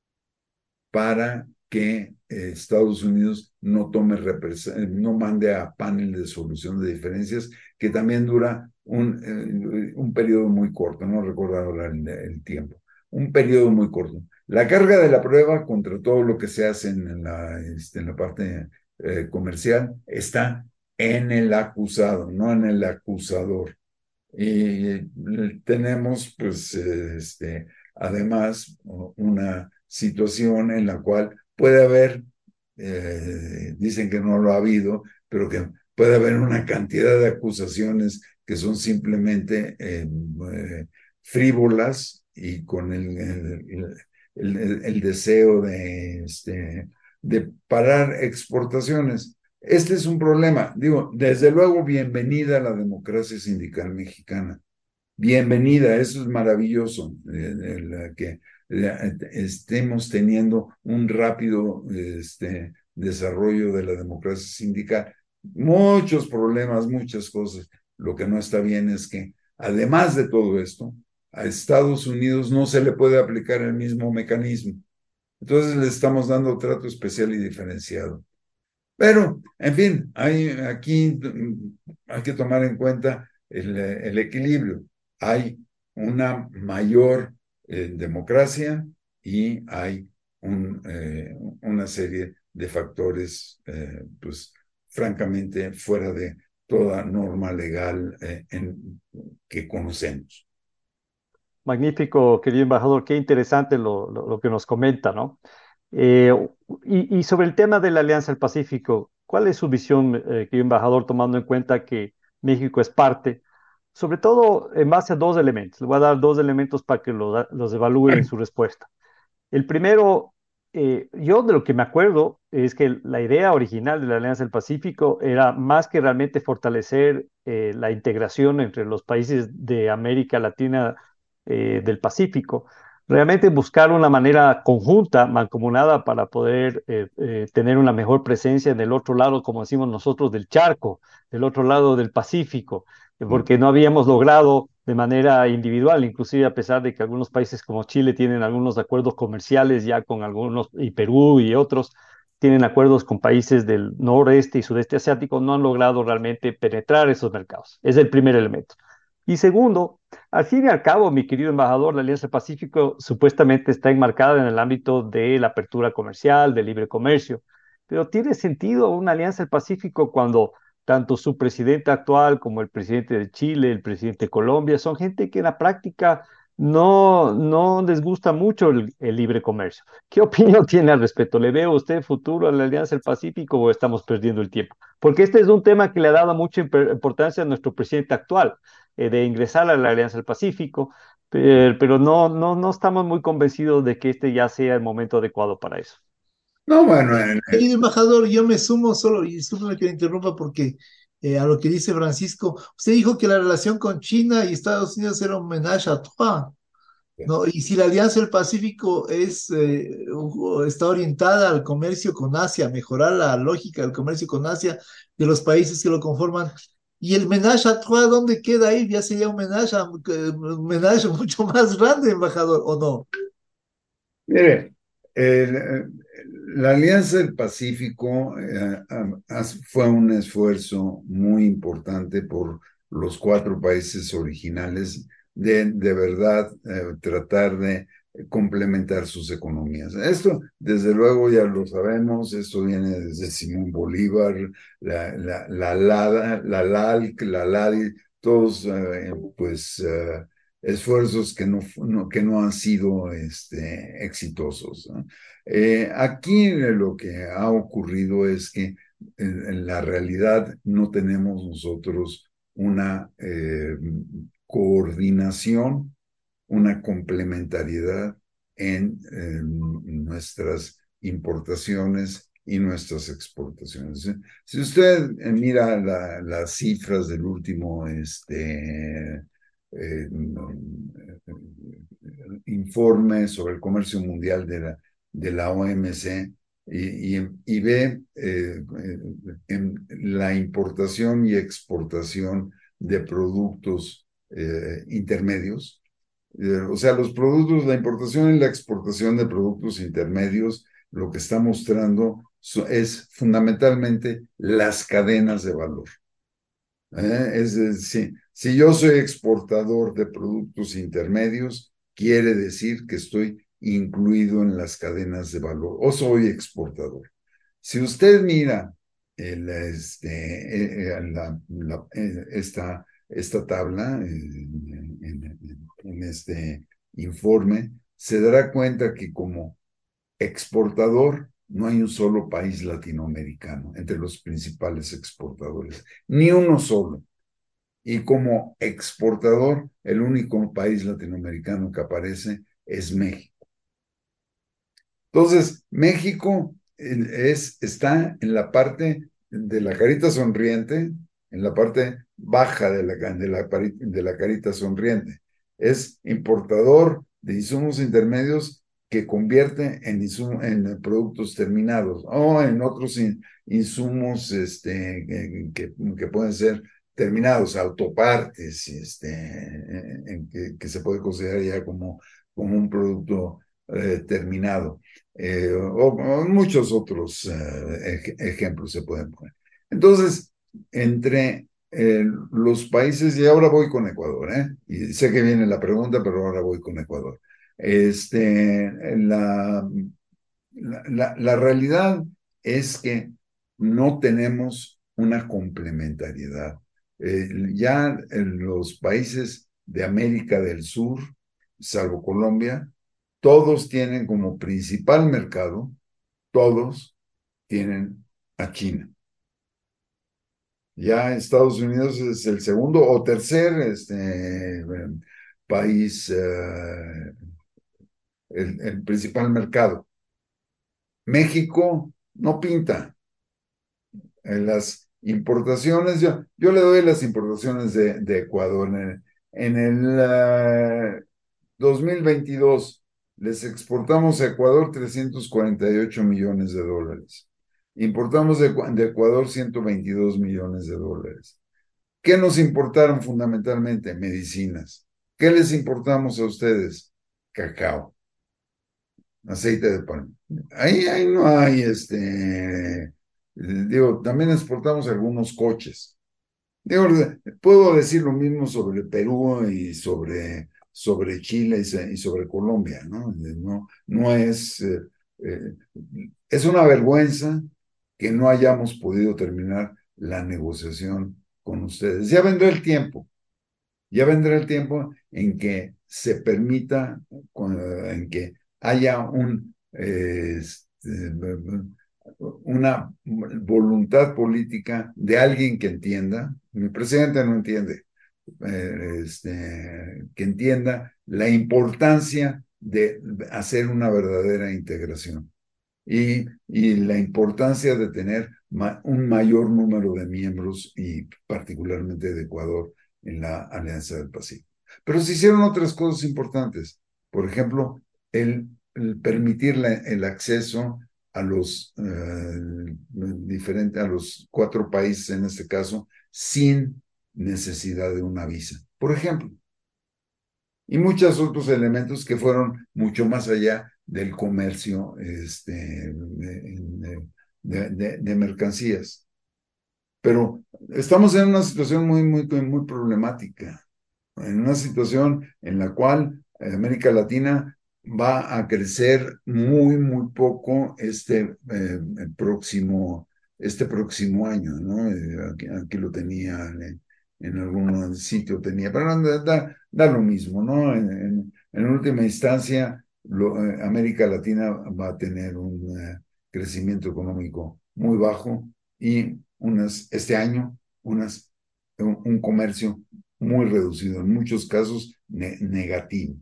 para que eh, Estados Unidos no tome no mande a panel de solución de diferencias, que también dura un, eh, un periodo muy corto, no recuerdo ahora el, el, tiempo, un periodo muy corto. La carga de la prueba contra todo lo que se hace en la, este, en la parte eh, comercial está en el acusado, no en el acusador. Y tenemos, pues, este, además, una situación en la cual puede haber, eh, dicen que no lo ha habido, pero que puede haber una cantidad de acusaciones que son simplemente eh, eh, frívolas y con el, el, el, el deseo de, este, de parar exportaciones. Este es un problema. Digo, desde luego, bienvenida a la democracia sindical mexicana. Bienvenida, eso es maravilloso, eh, eh, que eh, estemos teniendo un rápido este, desarrollo de la democracia sindical. Muchos problemas, muchas cosas. Lo que no está bien es que, además de todo esto, a Estados Unidos no se le puede aplicar el mismo mecanismo. Entonces le estamos dando trato especial y diferenciado. Pero, en fin, hay, aquí hay que tomar en cuenta el, el equilibrio. Hay una mayor eh, democracia y hay un, eh, una serie de factores, eh, pues, francamente, fuera de toda norma legal eh, en, que conocemos. Magnífico, querido embajador, qué interesante lo, lo, lo que nos comenta, ¿no? Eh, y, y sobre el tema de la Alianza del Pacífico, ¿cuál es su visión, eh, querido embajador, tomando en cuenta que México es parte, sobre todo en base a dos elementos? Le voy a dar dos elementos para que lo- los evalúe en su respuesta. El primero, eh, yo de lo que me acuerdo es que la idea original de la Alianza del Pacífico era más que realmente fortalecer eh, la integración entre los países de América Latina eh, del Pacífico, realmente buscar una manera conjunta, mancomunada para poder eh, eh, tener una mejor presencia en el otro lado, como decimos nosotros, del charco, del otro lado del Pacífico, eh, porque no habíamos logrado de manera individual, inclusive a pesar de que algunos países como Chile tienen algunos acuerdos comerciales ya con algunos, y Perú y otros, tienen acuerdos con países del noreste y sudeste asiático, no han logrado realmente penetrar esos mercados. Es el primer elemento. Y segundo, al fin y al cabo, mi querido embajador, la Alianza del Pacífico supuestamente está enmarcada en el ámbito de la apertura comercial, del libre comercio, pero ¿tiene sentido una Alianza del Pacífico cuando tanto su presidente actual como el presidente de Chile, el presidente de Colombia, son gente que en la práctica no, no les gusta mucho el, el libre comercio? ¿Qué opinión tiene al respecto? ¿Le veo a usted futuro a la Alianza del Pacífico o estamos perdiendo el tiempo? Porque este es un tema que le ha dado mucha importancia a nuestro presidente actual, eh, de ingresar a la Alianza del Pacífico, pero, pero no, no, no estamos muy convencidos de que este ya sea el momento adecuado para eso. No, bueno, en, Querido embajador, yo me sumo solo, y discúlpeme que le interrumpa porque eh, a lo que dice Francisco, usted dijo que la relación con China y Estados Unidos era un ménage à trois, ¿no? Y si la Alianza del Pacífico es, eh, u- está orientada al comercio con Asia, mejorar la lógica del comercio con Asia de los países que lo conforman, ¿y el ménage à trois dónde queda ahí? Ya sería un ménage, a- un ménage mucho más grande, embajador, ¿o no? Mire, el- la Alianza del Pacífico eh, as- fue un esfuerzo muy importante por los cuatro países originales de de verdad eh, tratar de complementar sus economías. Esto, desde luego, ya lo sabemos, esto viene desde Simón Bolívar, la, la, la, LADA, la LALC, la LADI, todos eh, pues eh, esfuerzos que no, no, que no han sido este, exitosos, ¿no? Eh, aquí lo que ha ocurrido es que en, en la realidad no tenemos nosotros una eh, coordinación, una complementariedad en eh, nuestras importaciones y nuestras exportaciones. Si usted eh, mira la, las cifras del último este, eh, informe sobre el comercio mundial de la, de la O M C y, y, y ve eh, en la importación y exportación de productos eh, intermedios, eh, o sea, los productos, la importación y la exportación de productos intermedios, lo que está mostrando so, es fundamentalmente las cadenas de valor. ¿Eh? Es decir, si yo soy exportador de productos intermedios, quiere decir que estoy incluido en las cadenas de valor o soy exportador. Si usted mira el, este, eh, la, la, eh, esta, esta tabla en, en, en este informe, se dará cuenta que como exportador no hay un solo país latinoamericano entre los principales exportadores, ni uno solo. Y como exportador, el único país latinoamericano que aparece es México. Entonces, México es, está en la parte de la carita sonriente, en la parte baja de la, de la, de la carita sonriente. Es importador de insumos intermedios que convierte en, insum, en productos terminados o en otros in, insumos este, que, que, pueden ser terminados, autopartes, este, en que, que se puede considerar ya como, como un producto eh, terminado. Eh, o, o, muchos otros eh, ej ejemplos se pueden poner. Entonces, entre eh, los países, y ahora voy con Ecuador, ¿eh? Y sé que viene la pregunta, pero ahora voy con Ecuador. Este, la, la, la, la realidad es que no tenemos una complementariedad. Eh, ya en los países de América del Sur, salvo Colombia, todos tienen como principal mercado, todos tienen a China. Ya Estados Unidos es el segundo o tercer este, país, uh, el, el principal mercado. México no pinta. En las importaciones, yo, yo le doy las importaciones de, de Ecuador. En el, en el uh, dos mil veintidós les exportamos a Ecuador trescientos cuarenta y ocho millones de dólares. Importamos de, de Ecuador ciento veintidós millones de dólares. ¿Qué nos importaron fundamentalmente? Medicinas. ¿Qué les importamos a ustedes? Cacao, aceite de palma. Ahí, ahí no hay, este, digo, también exportamos algunos coches. Digo, puedo decir lo mismo sobre Perú y sobre, sobre Chile y sobre Colombia, ¿no? No, no es, eh, eh, es una vergüenza que no hayamos podido terminar la negociación con ustedes. Ya vendrá el tiempo, ya vendrá el tiempo en que se permita, en que haya un, eh, una voluntad política de alguien que entienda. Mi presidente no entiende, eh, este, que entienda la importancia de hacer una verdadera integración y, y la importancia de tener ma un mayor número de miembros y particularmente de Ecuador en la Alianza del Pacífico. Pero se hicieron otras cosas importantes. Por ejemplo, el, el permitir la, el acceso a los eh, diferentes, a los cuatro países en este caso, sin necesidad de una visa. Por ejemplo, y muchos otros elementos que fueron mucho más allá del comercio este, de, de, de, de mercancías. Pero estamos en una situación muy, muy, muy problemática, en una situación en la cual América Latina va a crecer muy, muy poco este eh, próximo, este próximo año, ¿no? Eh, aquí, aquí, lo tenía en, en algún sitio, tenía, pero da, da, da lo mismo, ¿no? En, en, en última instancia, lo, eh, América Latina va a tener un eh, crecimiento económico muy bajo y unas, este año unas, un, un comercio muy reducido, en muchos casos ne negativo.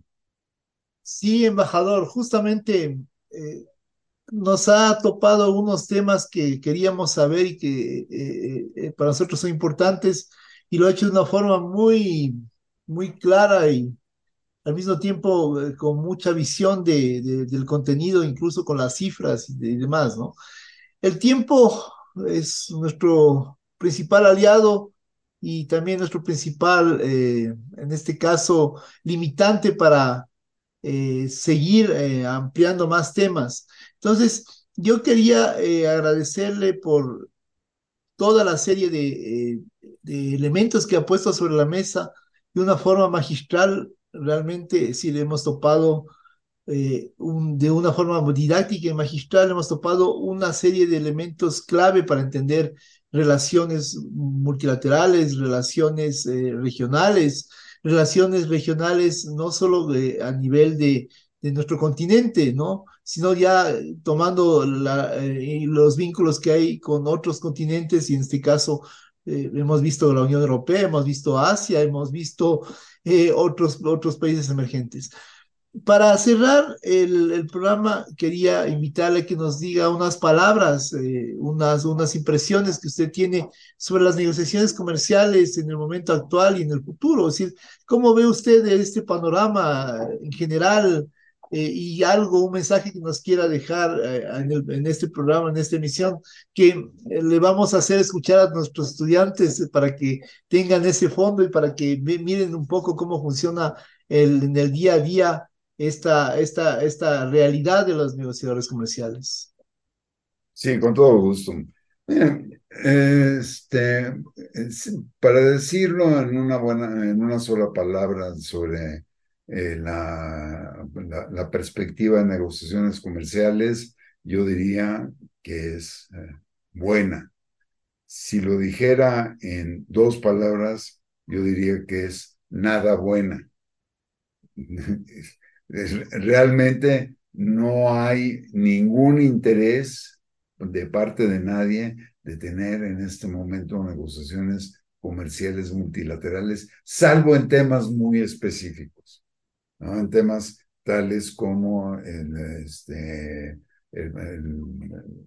Sí, embajador, justamente eh, nos ha topado unos temas que queríamos saber y que eh, eh, para nosotros son importantes y lo ha hecho de una forma muy, muy clara y al mismo tiempo eh, con mucha visión de, de, del contenido, incluso con las cifras y, de, y demás, ¿no? El tiempo es nuestro principal aliado y también nuestro principal, eh, en este caso, limitante para eh, seguir eh, ampliando más temas. Entonces, yo quería eh, agradecerle por toda la serie de, eh, de elementos que ha puesto sobre la mesa de una forma magistral. Realmente, sí, le hemos topado eh, un- de una forma didáctica y magistral, hemos topado una serie de elementos clave para entender relaciones multilaterales, relaciones eh, regionales, relaciones regionales no solo de- a nivel de, de nuestro continente, ¿no? Sino ya eh, tomando la, eh, los vínculos que hay con otros continentes y en este caso eh, hemos visto la Unión Europea, hemos visto Asia, hemos visto eh, otros, otros países emergentes. Para cerrar el, el programa, quería invitarle a que nos diga unas palabras, eh, unas, unas impresiones que usted tiene sobre las negociaciones comerciales en el momento actual y en el futuro. Es decir, ¿cómo ve usted este panorama en general eh, y algo, un mensaje que nos quiera dejar eh, en, el, en este programa, en esta emisión, que eh, le vamos a hacer escuchar a nuestros estudiantes para que tengan ese fondo y para que miren un poco cómo funciona el, en el día a día esta, esta, esta realidad de los negociadores comerciales? Sí, con todo gusto. Miren, este, es- para decirlo en una buena, en una sola palabra sobre eh, la, la, la perspectiva de negociaciones comerciales, yo diría que es eh, buena. Si lo dijera en dos palabras, yo diría que es nada buena. Es- Realmente no hay ningún interés de parte de nadie de tener en este momento negociaciones comerciales multilaterales, salvo en temas muy específicos, ¿no? En temas tales como el, este, el, el,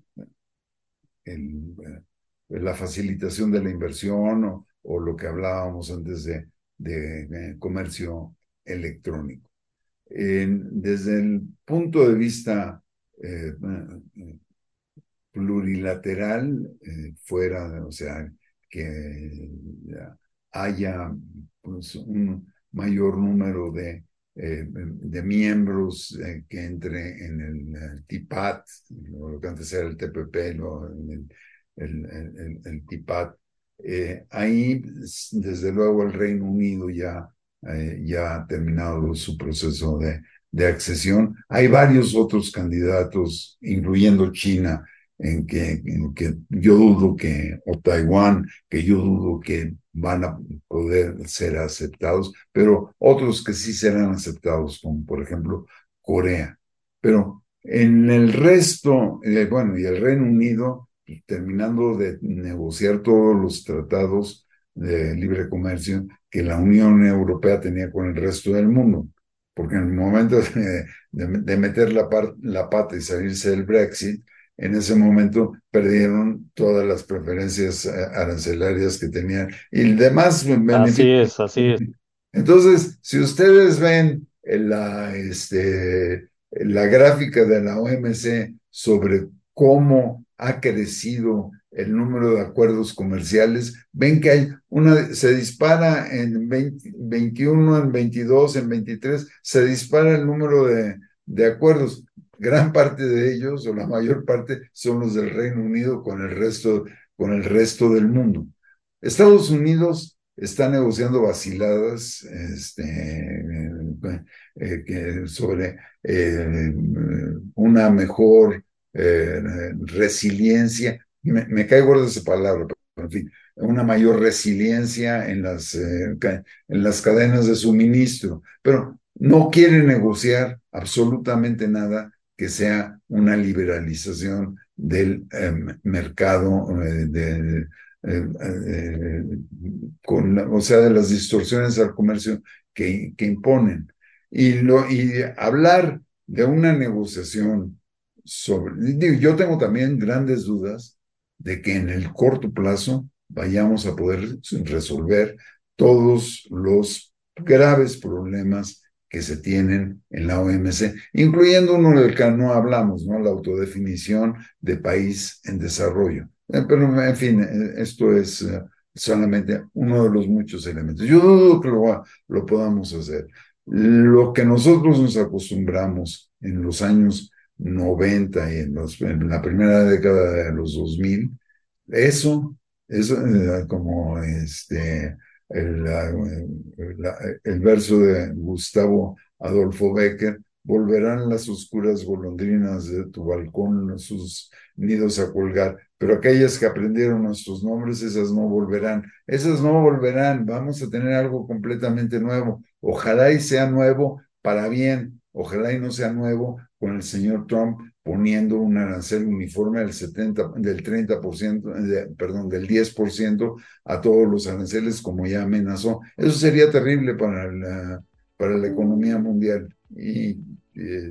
el, eh, la facilitación de la inversión o, o lo que hablábamos antes de, de, de comercio electrónico. En- desde el punto de vista eh, eh, plurilateral, eh, fuera, de- o sea, que haya pues, un mayor número de, eh, de miembros eh, que entre en el, eh, TIPAD, o lo que antes era el T P P, lo- el, el, el, el TIPAD. Eh, ahí, desde luego, el Reino Unido ya, eh, ya ha terminado su proceso de, de accesión. Hay varios otros candidatos, incluyendo China, en que, en que yo dudo que, o Taiwán, que yo dudo que van a poder ser aceptados, pero otros que sí serán aceptados, como por ejemplo Corea. Pero en el resto, eh, bueno, y el Reino Unido, terminando de negociar todos los tratados de libre comercio que la Unión Europea tenía con el resto del mundo, porque en el momento de, de, de meter la, par, la pata y salirse del Brexit, en ese momento perdieron todas las preferencias eh, arancelarias que tenían y demás Así beneficios. es, así es. Entonces, si ustedes ven la, este, la gráfica de la O M C sobre cómo ha crecido el número de acuerdos comerciales, ven que hay una, se dispara en veinte, veintiuno, en veintidós, en veintitrés, se dispara el número de, de acuerdos. gran parte de ellos, o la mayor parte, son los del Reino Unido con el resto, con el resto del mundo. Estados Unidos está negociando vaciladas este, eh, eh, sobre eh, una mejor eh, resiliencia. Me, me cae gorda esa palabra, pero en fin, una mayor resiliencia en las, eh, en las cadenas de suministro, pero no quiere negociar absolutamente nada que sea una liberalización del eh, mercado, eh, de, eh, eh, con, o sea, de las distorsiones al comercio que, que imponen. Y, lo, y hablar de una negociación sobre, digo, yo tengo también grandes dudas de que en el corto plazo vayamos a poder resolver todos los graves problemas que se tienen en la O M C, incluyendo uno del que no hablamos, ¿no? La autodefinición de país en desarrollo. Eh, pero, en fin, eh, esto es eh, solamente uno de los muchos elementos. Yo dudo que lo, lo podamos hacer. Lo que nosotros nos acostumbramos en los años noventa y en, los, en la primera década de los dos mil, eso, eso eh, como este el, la, la, el verso de Gustavo Adolfo Bécquer, volverán las oscuras golondrinas de tu balcón sus nidos a colgar, pero aquellas que aprendieron nuestros nombres, esas no volverán, esas no volverán, vamos a tener algo completamente nuevo, ojalá y sea nuevo para bien, ojalá y no sea nuevo con el señor Trump poniendo un arancel uniforme del setenta, del treinta por ciento, de, perdón, del diez por ciento a todos los aranceles, como ya amenazó. Eso sería terrible para la, para la economía mundial. Y, y,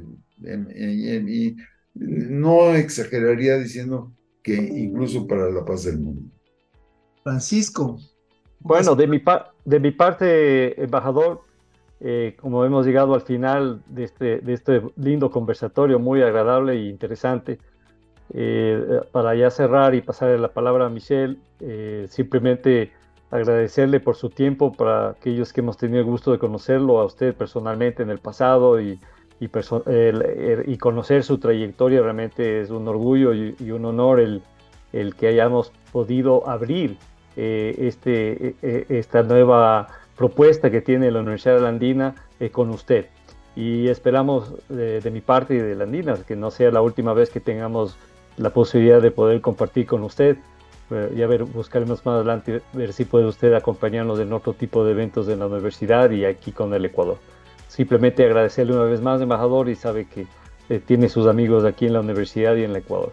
y, y no exageraría diciendo que incluso para la paz del mundo. Francisco. Bueno, de mi, pa de mi parte, embajador, Eh, como hemos llegado al final de este, de este lindo conversatorio, muy agradable e interesante, eh, para ya cerrar y pasarle la palabra a Michel, eh, simplemente agradecerle por su tiempo, para aquellos que hemos tenido el gusto de conocerlo a usted personalmente en el pasado y, y, perso el, el, y conocer su trayectoria. Realmente es un orgullo y, y un honor el, el que hayamos podido abrir eh, este, eh, esta nueva propuesta que tiene la Universidad de la Andina eh, con usted, y esperamos de, de mi parte y de la Andina que no sea la última vez que tengamos la posibilidad de poder compartir con usted. Eh, ya ver, buscaremos más adelante ver si puede usted acompañarnos en otro tipo de eventos de la universidad y aquí con el Ecuador. Simplemente agradecerle una vez más, embajador, y sabe que eh, tiene sus amigos aquí en la universidad y en el Ecuador.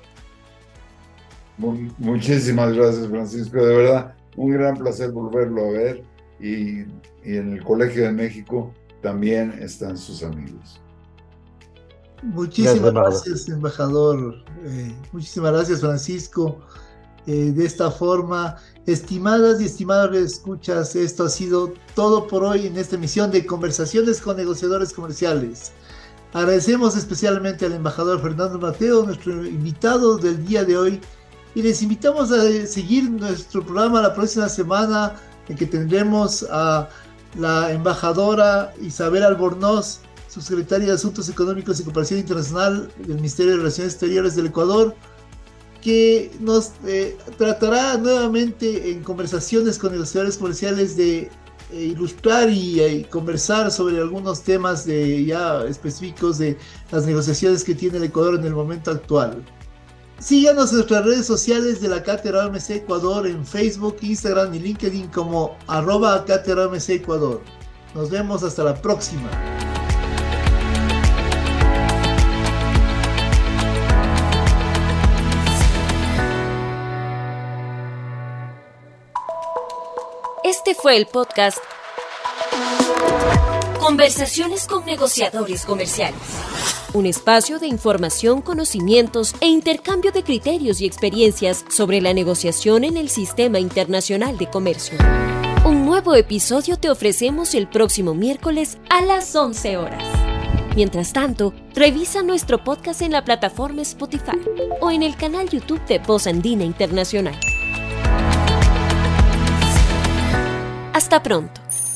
Muchísimas gracias, Francisco, de verdad un gran placer volverlo a ver. Y, y en el Colegio de México también están sus amigos. Muchísimas gracias, gracias embajador. Eh, muchísimas gracias, Francisco. Eh, de esta forma, estimadas y estimados escuchas, esto ha sido todo por hoy en esta emisión de Conversaciones con Negociadores Comerciales. Agradecemos especialmente al embajador Fernando Mateo, nuestro invitado del día de hoy, y les invitamos a seguir nuestro programa la próxima semana, en que tendremos a la embajadora Isabel Albornoz, subsecretaria de Asuntos Económicos y Cooperación Internacional del Ministerio de Relaciones Exteriores del Ecuador, que nos eh, tratará nuevamente en conversaciones con negociadores comerciales de eh, ilustrar y eh, conversar sobre algunos temas de, ya específicos de las negociaciones que tiene el Ecuador en el momento actual. Síganos en nuestras redes sociales de la Cátedra O M C Ecuador en Facebook, Instagram y LinkedIn como arroba Cátedra O M C Ecuador. Nos vemos hasta la próxima. Este fue el podcast Conversaciones con Negociadores Comerciales. Un espacio de información, conocimientos e intercambio de criterios y experiencias sobre la negociación en el sistema internacional de comercio. Un nuevo episodio te ofrecemos el próximo miércoles a las once horas. Mientras tanto, revisa nuestro podcast en la plataforma Spotify o en el canal YouTube de Voz Andina Internacional. Hasta pronto.